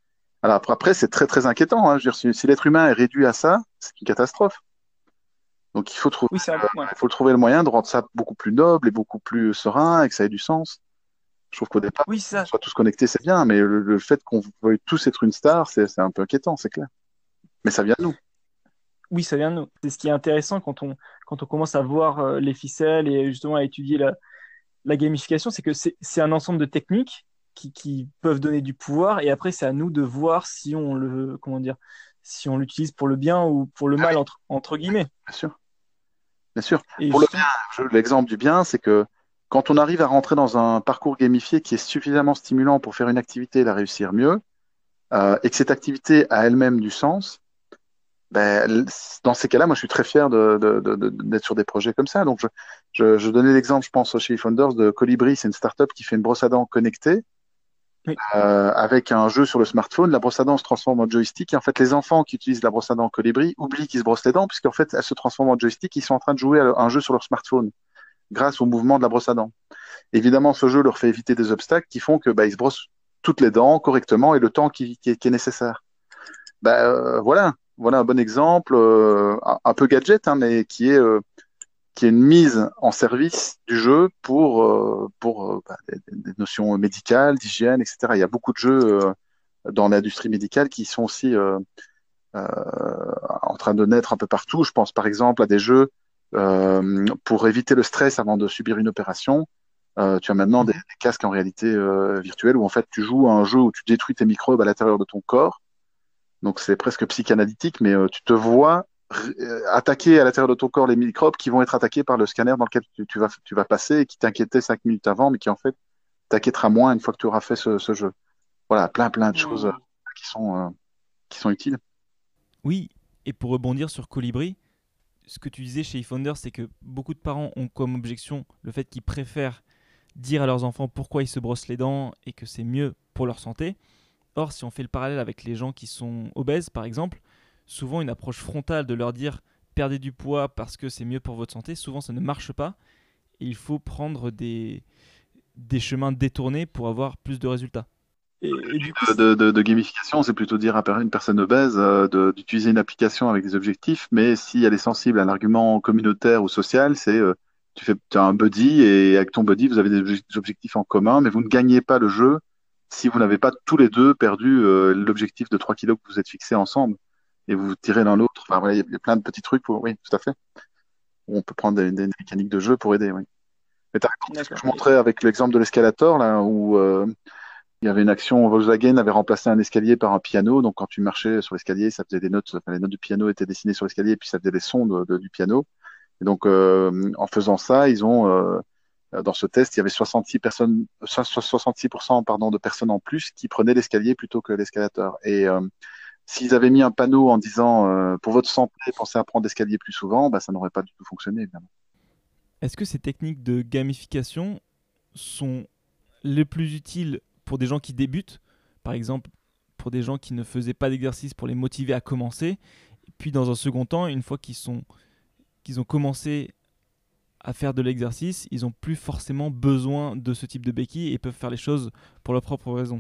Alors après, c'est très très inquiétant, hein. Je veux dire, si l'être humain est réduit à ça, c'est une catastrophe. Donc Oui, c'est ouais. il faut trouver le moyen de rendre ça beaucoup plus noble et beaucoup plus serein et que ça ait du sens. Je trouve qu'au départ, Oui, c'est qu'on ça. soit tous connectés, c'est bien, mais le fait qu'on veuille tous être une star, c'est un peu inquiétant, c'est clair. Mais ça vient de nous, Oui, ça vient de nous. C'est ce qui est intéressant quand on commence à voir les ficelles et justement à étudier la gamification, c'est que c'est un ensemble de techniques qui peuvent donner du pouvoir et après, c'est à nous de voir si on le, comment dire, si on l'utilise pour le bien ou pour le mal, entre guillemets. bien sûr. Bien sûr. Et Pour le justement, l'exemple du bien, c'est que quand on arrive à rentrer dans un parcours gamifié qui est suffisamment stimulant pour faire une activité et la réussir mieux, et que cette activité a elle-même du sens, ben, dans ces cas-là, moi, je suis très fier d'être sur des projets comme ça. Donc, je donnais l'exemple, je pense, chez Founders de Colibri, c'est une startup qui fait une brosse à dents connectée oui, avec un jeu sur le smartphone. La brosse à dents se transforme en joystick et en fait, les enfants qui utilisent la brosse à dents Colibri oublient qu'ils se brossent les dents puisqu'en fait, elle se transforme en joystick. Ils sont en train de jouer à un jeu sur leur smartphone grâce au mouvement de la brosse à dents. Évidemment, ce jeu leur fait éviter des obstacles qui font que bah, ils se brossent toutes les dents correctement et le temps qui est nécessaire. Bah, voilà un bon exemple, un peu gadget, hein, mais qui est une mise en service du jeu pour des notions médicales, d'hygiène, etc. Il y a beaucoup de jeux dans l'industrie médicale qui sont aussi euh, en train de naître un peu partout. Je pense par exemple à des jeux pour éviter le stress avant de subir une opération. Tu as maintenant des mhm. casques en réalité virtuelle où en fait tu joues à un jeu où tu détruis tes microbes à l'intérieur de ton corps. Donc c'est presque psychanalytique, mais tu te vois attaquer à l'intérieur de ton corps les microbes qui vont être attaqués par le scanner dans lequel tu vas passer et qui t'inquiétait 5 minutes avant, mais qui en fait t'inquiétera moins une fois que tu auras fait ce jeu. Voilà, plein de choses Ou- qui sont, euh, qui sont utiles. oui. Et pour rebondir sur Colibri, ce que tu disais chez eFounder, c'est que beaucoup de parents ont comme objection le fait qu'ils préfèrent dire à leurs enfants pourquoi ils se brossent les dents et que c'est mieux pour leur santé. Or, si on fait le parallèle avec les gens qui sont obèses, par exemple, souvent une approche frontale de leur dire perdez du poids parce que c'est mieux pour votre santé, souvent ça ne marche pas et il faut prendre des chemins détournés pour avoir plus de résultats. Et du coup, De gamification, c'est plutôt dire à une personne obèse d'utiliser une application avec des objectifs, mais si elle est sensible à un argument communautaire ou social, tu as un buddy et avec ton buddy, vous avez des objectifs en commun, mais vous ne gagnez pas le jeu si vous n'avez pas tous les deux perdu l'objectif de 3 kilos que vous êtes fixé ensemble et vous vous tirez l'un l'autre. Enfin, voilà, il y a plein de petits trucs pour, oui, tout à fait. On peut prendre des mécaniques de jeu pour aider, oui. Mais t'as raison, c'est ce que d'accord. je montrais avec l'exemple de l'escalator, là, où il y avait une action, Volkswagen avait remplacé un escalier par un piano, donc quand tu marchais sur l'escalier, ça faisait des notes, enfin, les notes du piano étaient dessinées sur l'escalier, et puis ça faisait des sons du piano. Et donc en faisant ça, ils ont dans ce test, il y avait 66 personnes, 66% pardon, de personnes en plus qui prenaient l'escalier plutôt que l'escalator. Et s'ils avaient mis un panneau en disant pour votre santé, pensez à prendre l'escalier plus souvent, bah, ça n'aurait pas du tout fonctionné, évidemment. Est-ce que ces techniques de gamification sont les plus utiles pour des gens qui débutent, par exemple pour des gens qui ne faisaient pas d'exercice pour les motiver à commencer, et puis dans un second temps, une fois qu'ils ont commencé à faire de l'exercice, ils n'ont plus forcément besoin de ce type de béquille et peuvent faire les choses pour leurs propres raisons.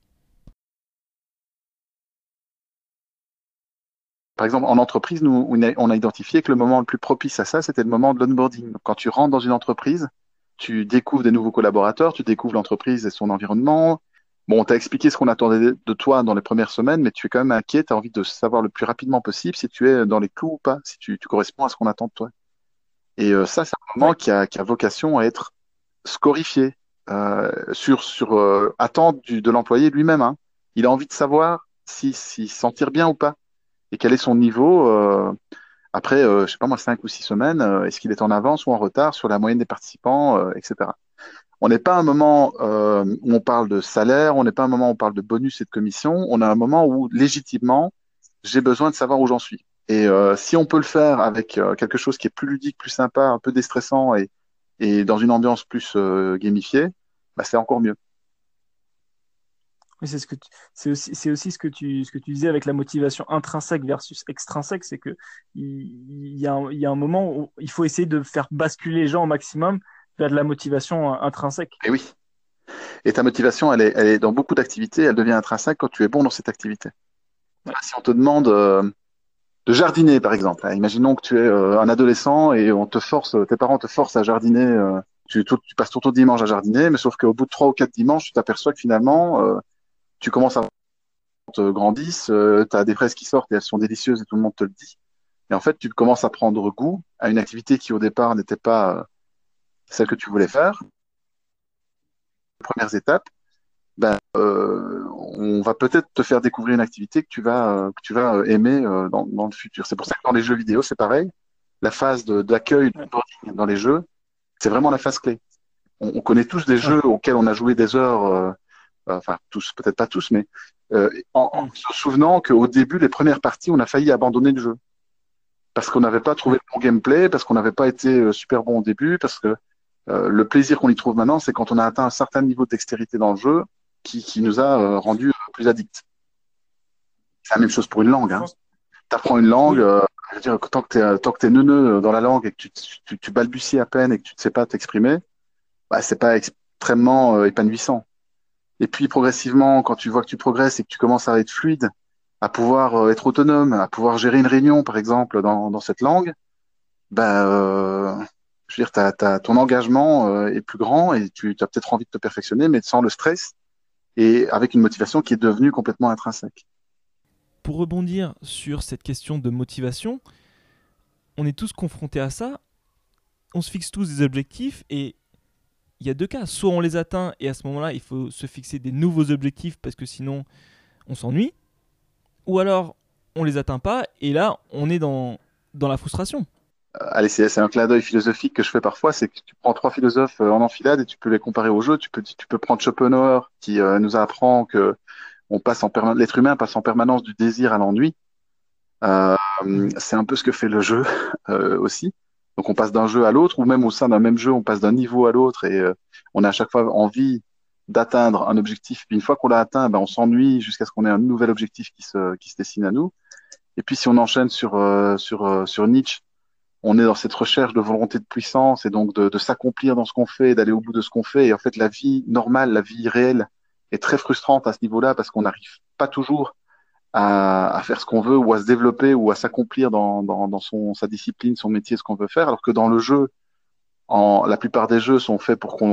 Par exemple, en entreprise, nous, on a identifié que le moment le plus propice à ça, c'était le moment de l'onboarding. Donc, quand tu rentres dans une entreprise, tu découvres des nouveaux collaborateurs, tu découvres l'entreprise et son environnement. Bon, on t'a expliqué ce qu'on attendait de toi dans les premières semaines, mais tu es quand même inquiet, tu as envie de savoir le plus rapidement possible si tu es dans les clous ou pas, si tu corresponds à ce qu'on attend de toi. Et ça, c'est un moment Oui, qui a vocation à être scorifié sur attente de l'employé lui-même, hein. Il a envie de savoir s'il se sentir bien ou pas et quel est son niveau après, je sais pas moi, 5 ou 6 semaines. Est-ce qu'il est en avance ou en retard sur la moyenne des participants, etc. On n'est pas à un moment où on parle de salaire, on n'est pas à un moment où on parle de bonus et de commission, on a un moment où légitimement, j'ai besoin de savoir où j'en suis. Et si on peut le faire avec quelque chose qui est plus ludique, plus sympa, un peu déstressant et dans une ambiance plus gamifiée, bah, c'est encore mieux. mais c'est aussi ce que tu disais avec la motivation intrinsèque versus extrinsèque, c'est que il y a un moment où il faut essayer de faire basculer les gens au maximum vers de la motivation intrinsèque. Et oui. Et ta motivation, elle est dans beaucoup d'activités, elle devient intrinsèque quand tu es bon dans cette activité. Si on te demande de jardiner, par exemple, hein, imaginons que tu es un adolescent et tes parents te forcent à jardiner, tu passes tout ton dimanche à jardiner, mais sauf qu'au bout de 3 ou 4 dimanches, tu t'aperçois que finalement, tu commences à te grandissent, tu as des fraises qui sortent et elles sont délicieuses et tout le monde te le dit. Et en fait, tu commences à prendre goût à une activité qui au départ n'était pas celle que tu voulais faire. Les premières étapes, ben, on va peut-être te faire découvrir une activité que tu vas aimer dans le futur. C'est pour ça que dans les jeux vidéo, c'est pareil. La phase d'accueil, de Ouais. boarding dans les jeux, c'est vraiment la phase clé. On connaît tous des Ouais. jeux auxquels on a joué des heures, enfin tous, peut-être pas tous, mais en Mm. se souvenant qu'au début, les premières parties, on a failli abandonner le jeu parce qu'on n'avait pas trouvé Ouais. le bon gameplay, parce qu'on n'avait pas été super bon au début, parce que le plaisir qu'on y trouve maintenant, c'est quand on a atteint un certain niveau de dextérité dans le jeu qui nous a rendu plus addicts. C'est la même chose pour une langue. Je Hein. pense. Tu apprends une langue, Oui. je veux dire, tant que t'es neuneux dans la langue et que tu balbuties à peine et que tu ne sais pas t'exprimer, bah, c'est pas extrêmement épanouissant. Et puis progressivement, quand tu vois que tu progresses et que tu commences à être fluide, à pouvoir être autonome, à pouvoir gérer une réunion, par exemple, dans cette langue, ben, je veux dire, ton engagement est plus grand et tu as peut-être envie de te perfectionner, mais sans le stress et avec une motivation qui est devenue complètement intrinsèque. Pour rebondir sur cette question de motivation, on est tous confrontés à ça. On se fixe tous des objectifs et il y a deux cas. Soit on les atteint et à ce moment-là, il faut se fixer des nouveaux objectifs parce que sinon, on s'ennuie. Ou alors, on les atteint pas et là, on est dans la frustration. Allez, c'est un clin d'œil philosophique que je fais parfois, c'est que tu prends 3 philosophes en enfilade et tu peux les comparer au jeu. Tu peux prendre Schopenhauer qui nous apprend que l'être humain passe en permanence du désir à l'ennui. Euh, Mhm. c'est un peu ce que fait le jeu aussi. Donc on passe d'un jeu à l'autre, ou même au sein d'un même jeu, on passe d'un niveau à l'autre et on a à chaque fois envie d'atteindre un objectif. Puis une fois qu'on l'a atteint, ben, on s'ennuie jusqu'à ce qu'on ait un nouvel objectif qui se dessine à nous. Et puis si on enchaîne sur Nietzsche, on est dans cette recherche de volonté de puissance et donc de s'accomplir dans ce qu'on fait, d'aller au bout de ce qu'on fait. Et en fait, la vie normale, la vie réelle est très frustrante à ce niveau-là parce qu'on n'arrive pas toujours à faire ce qu'on veut ou à se développer ou à s'accomplir dans sa discipline, son métier, ce qu'on veut faire. Alors que dans le jeu, la plupart des jeux sont faits pour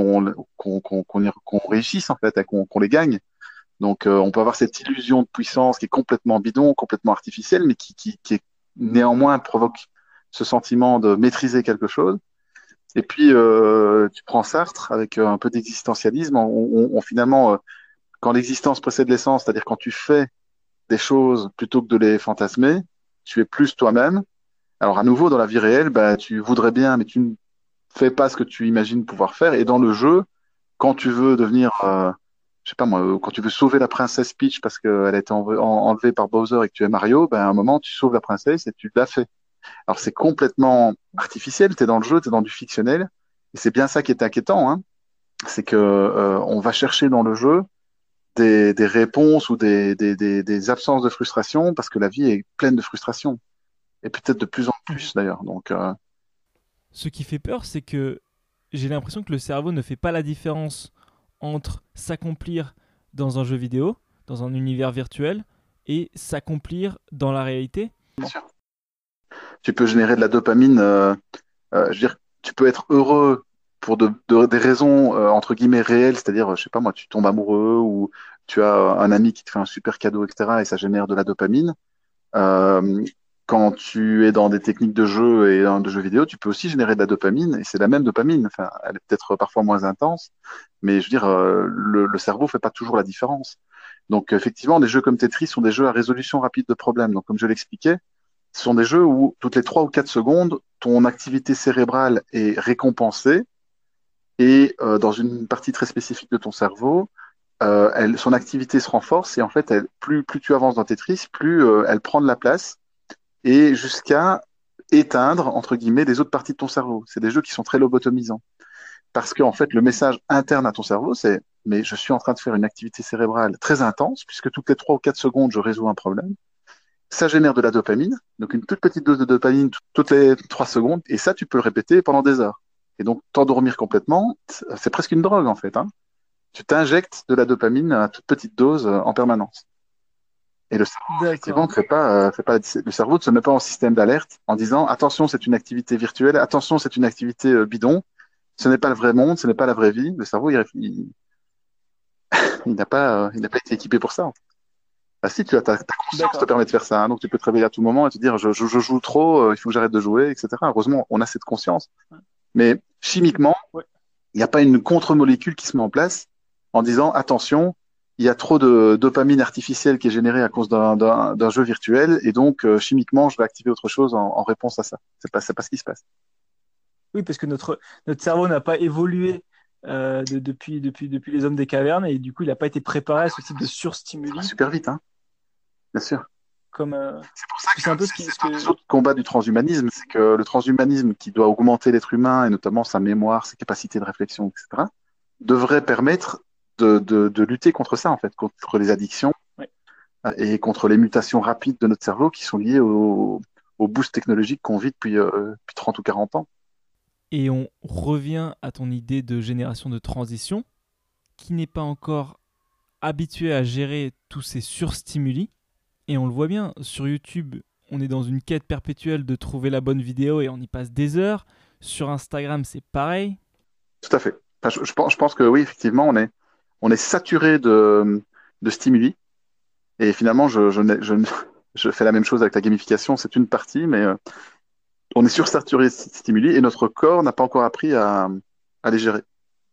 qu'on réussisse en fait, et qu'on les gagne. Donc on peut avoir cette illusion de puissance qui est complètement bidon, complètement artificielle, mais qui est, néanmoins provoque ce sentiment de maîtriser quelque chose. Et puis tu prends Sartre avec un peu d'existentialisme. Finalement, quand l'existence précède l'essence, c'est-à-dire quand tu fais des choses plutôt que de les fantasmer, tu es plus toi-même. Alors à nouveau, dans la vie réelle, bah, tu voudrais bien, mais tu ne fais pas ce que tu imagines pouvoir faire. Et dans le jeu, quand tu veux devenir, je sais pas moi, quand tu veux sauver la princesse Peach parce qu'elle a été enlevée par Bowser et que tu es Mario, ben à un moment, tu sauves la princesse et tu l'as fait. Alors c'est complètement artificiel, tu es dans le jeu, tu es dans du fictionnel. Et c'est bien ça qui est inquiétant, hein. C'est que on va chercher dans le jeu des réponses ou des absences de frustration parce que la vie est pleine de frustration. Et peut-être de plus en Mhm. plus d'ailleurs. Donc, Ce qui fait peur, c'est que j'ai l'impression que le cerveau ne fait pas la différence entre s'accomplir dans un jeu vidéo, dans un univers virtuel, et s'accomplir dans la réalité. bien sûr, tu peux générer de la dopamine. Je veux dire, tu peux être heureux pour des raisons entre guillemets réelles, c'est-à-dire, je sais pas moi, tu tombes amoureux ou tu as un ami qui te fait un super cadeau, etc. Et ça génère de la dopamine. Euh, Quand tu es dans des techniques de jeu et de jeux vidéo, tu peux aussi générer de la dopamine et c'est la même dopamine. Enfin, elle est peut-être parfois moins intense, mais je veux dire, le cerveau fait pas toujours la différence. Donc, effectivement, des jeux comme Tetris sont des jeux à résolution rapide de problèmes. Donc, comme je l'expliquais, ce sont des jeux où toutes les 3 ou 4 secondes, ton activité cérébrale est récompensée et dans une partie très spécifique de ton cerveau, son activité se renforce et en fait, plus tu avances dans Tetris, plus elle prend de la place et jusqu'à éteindre, entre guillemets, des autres parties de ton cerveau. C'est des jeux qui sont très lobotomisants. Parce que, en fait, le message interne à ton cerveau, c'est, mais je suis en train de faire une activité cérébrale très intense, puisque toutes les 3 ou 4 secondes, je résous un problème. Ça génère de la dopamine, donc une toute petite dose de dopamine toutes les 3 secondes, et ça, tu peux le répéter pendant des heures. Et donc, t'endormir complètement, c'est presque une drogue, en fait, hein. Tu t'injectes de la dopamine à toute petite dose en permanence. Et le cerveau, effectivement, D'accord. le cerveau ne se met pas en système d'alerte en disant attention, c'est une activité virtuelle, attention, c'est une activité bidon, ce n'est pas le vrai monde, ce n'est pas la vraie vie. Le cerveau, il n'a pas été équipé pour ça. En fait. Ah si, ta conscience te D'accord. permet de faire ça, hein, donc tu peux te réveiller à tout moment et te dire je joue trop, il faut que j'arrête de jouer, etc. Heureusement, on a cette conscience. Mais chimiquement, Ouais. il n'y a pas une contre-molécule qui se met en place en disant attention, il y a trop de dopamine artificielle qui est générée à cause d'un jeu virtuel et donc chimiquement, je vais activer autre chose en réponse à ça. C'est pas ce qui se passe. Oui, parce que notre cerveau n'a pas évolué depuis les hommes des cavernes et du coup, il n'a pas été préparé à ce type de Ça va surstimuli super vite, hein, bien sûr. comme C'est pour ça parce que que c'est un peu c'est un des autres combats du transhumanisme, c'est que le transhumanisme qui doit augmenter l'être humain et notamment sa mémoire, ses capacités de réflexion, etc., devrait permettre de lutter contre ça, en fait, contre les addictions ouais. et contre les mutations rapides de notre cerveau qui sont liées au boost technologique qu'on vit depuis 30 ou 40 ans. Et on revient à ton idée de génération de transition qui n'est pas encore habituée à gérer tous ces surstimuli. Et on le voit bien, sur YouTube, on est dans une quête perpétuelle de trouver la bonne vidéo et on y passe des heures. Sur Instagram, c'est pareil. Tout à fait. Enfin, je pense que oui, effectivement, on est saturé de stimuli. Et finalement, je fais la même chose avec la gamification. C'est une partie, mais on est sursaturé de stimuli et notre corps n'a pas encore appris à les gérer.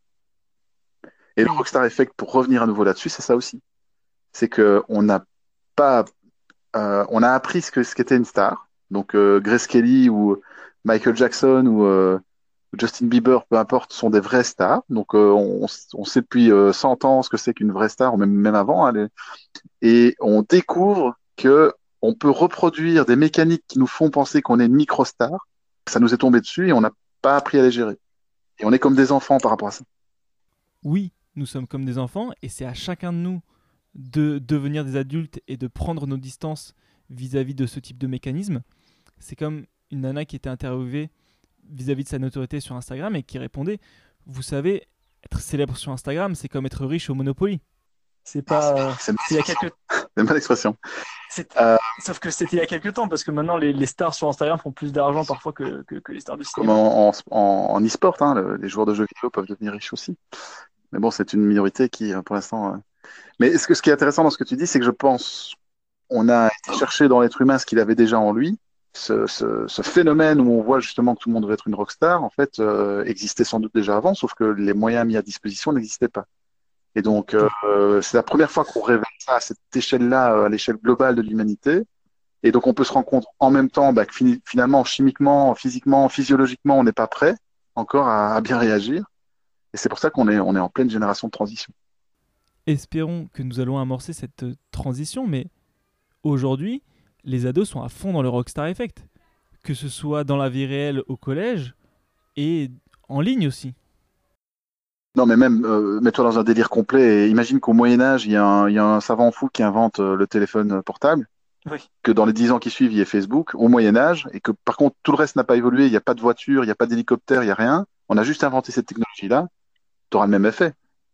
Et le Hmm. Rockstar Effect, pour revenir à nouveau là-dessus, c'est ça aussi. C'est que on n'a pas, on a appris ce qu'était une star. Donc Grace Kelly ou Michael Jackson ou Justin Bieber, peu importe, sont des vraies stars. Donc on sait depuis 100 ans ce que c'est qu'une vraie star, ou même avant. Hein, et on découvre que on peut reproduire des mécaniques qui nous font penser qu'on est une micro-star. Ça nous est tombé dessus et on n'a pas appris à les gérer. Et on est comme des enfants par rapport à ça. Oui, nous sommes comme des enfants et c'est à chacun de nous de devenir des adultes et de prendre nos distances vis-à-vis de ce type de mécanisme. C'est comme une nana qui était interviewée vis-à-vis de sa notoriété sur Instagram et qui répondait, vous savez, être célèbre sur Instagram, c'est comme être riche au Monopoly. C'est pas. C'est une C'est il y a quelques. bonne expression. c'est- Euh, Sauf que c'était il y a quelques temps, parce que maintenant les stars sur Instagram font plus d'argent parfois que les stars du comme cinéma. en e-sport, hein, les joueurs de jeux vidéo peuvent devenir riches aussi. Mais bon, c'est une minorité qui, pour l'instant. Mais ce qui est intéressant dans ce que tu dis, c'est que je pense on a été chercher dans l'être humain ce qu'il avait déjà en lui. Ce phénomène où on voit justement que tout le monde veut être une rockstar, en fait, existait sans doute déjà avant, sauf que les moyens mis à disposition n'existaient pas. Et donc, c'est la première fois qu'on révèle ça à cette échelle-là, à l'échelle globale de l'humanité. Et donc, on peut se rendre compte en même temps que finalement, chimiquement, physiquement, physiologiquement, on n'est pas prêt encore à bien réagir. Et c'est pour ça on est en pleine génération de transition. Espérons que nous allons amorcer cette transition, mais aujourd'hui, les ados sont à fond dans le Rockstar Effect. Que ce soit dans la vie réelle au collège et en ligne aussi. Non, mais même, mets-toi dans un délire complet et imagine qu'au Moyen Âge, il y a un savant fou qui invente le téléphone portable, Oui. que dans les 10 ans qui suivent, il y ait Facebook au Moyen Âge, et que par contre, tout le reste n'a pas évolué, il n'y a pas de voiture, il n'y a pas d'hélicoptère, il n'y a rien. On a juste inventé cette technologie-là, tu auras le même effet.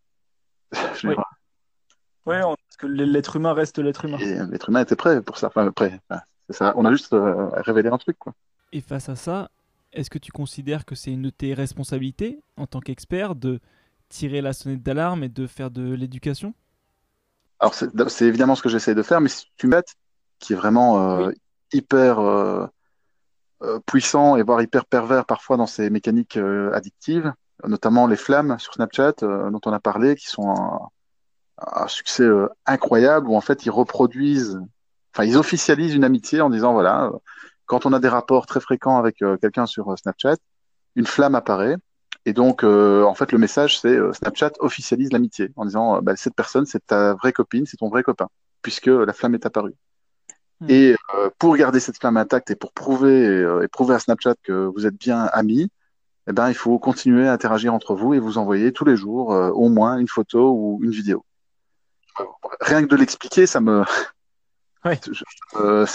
Je veux Oui. dire, Oui, parce que l'être humain reste l'être humain. et l'être humain était prêt pour ça. Enfin, prêt. Enfin, c'est ça. On a juste révélé un truc, quoi. Et face à ça, est-ce que tu considères que c'est une de tes responsabilités en tant qu'expert de tirer la sonnette d'alarme et de faire de l'éducation? Alors, c'est évidemment ce que j'essaie de faire, mais si tu m'aides, qui est vraiment Oui. hyper puissant et voire hyper pervers parfois dans ses mécaniques addictives, notamment les flammes sur Snapchat dont on a parlé, qui sont un succès incroyable, où en fait ils reproduisent, enfin ils officialisent une amitié en disant voilà, quand on a des rapports très fréquents avec quelqu'un sur Snapchat, une flamme apparaît. Et donc, en fait, le message, c'est Snapchat officialise l'amitié en disant bah, cette personne, c'est ta vraie copine, c'est ton vrai copain, puisque la flamme est apparue. Hmm. Et pour garder cette flamme intacte et pour et prouver à Snapchat que vous êtes bien amis, eh ben, il faut continuer à interagir entre vous et vous envoyer tous les jours au moins une photo ou une vidéo. Rien que de l'expliquer, ça me, Oui. euh,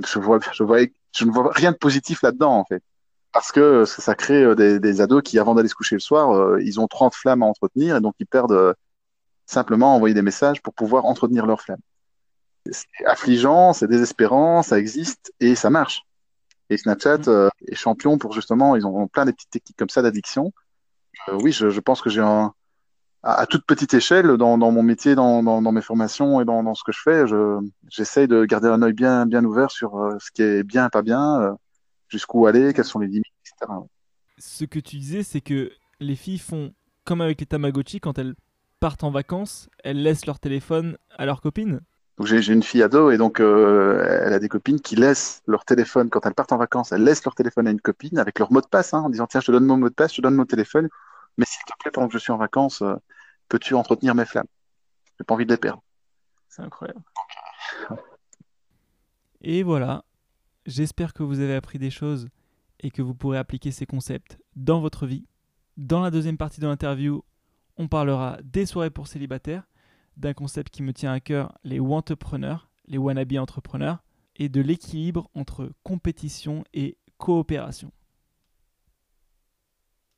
je ne vois rien de positif là-dedans en fait, parce que ça crée des ados qui, avant d'aller se coucher le soir, ils ont 30 flammes à entretenir et donc ils perdent simplement envoyer des messages pour pouvoir entretenir leur flamme. C'est affligeant, c'est désespérant, ça existe et ça marche. Et Snapchat est champion pour justement, ils ont plein de petites techniques comme ça d'addiction. Oui, je pense que à toute petite échelle, dans mon métier, dans mes formations et dans ce que je fais, j'essaye de garder un œil bien ouvert sur ce qui est bien, pas bien, jusqu'où aller, quelles sont les limites, etc. Ce que tu disais, c'est que les filles font comme avec les Tamagotchi, quand elles partent en vacances, elles laissent leur téléphone à leur copine. Donc j'ai une fille ado et donc elle a des copines qui laissent leur téléphone quand elles partent en vacances. Elles laissent leur téléphone à une copine avec leur mot de passe, hein, en disant tiens, je te donne mon mot de passe, je te donne mon téléphone, mais s'il te plaît, pendant que je suis en vacances, peux-tu entretenir mes flammes? J'ai pas envie de les perdre. C'est incroyable. Et voilà, j'espère que vous avez appris des choses et que vous pourrez appliquer ces concepts dans votre vie. Dans la deuxième partie de l'interview, on parlera des soirées pour célibataires, d'un concept qui me tient à cœur, les wantepreneurs, les wannabe entrepreneurs, et de l'équilibre entre compétition et coopération.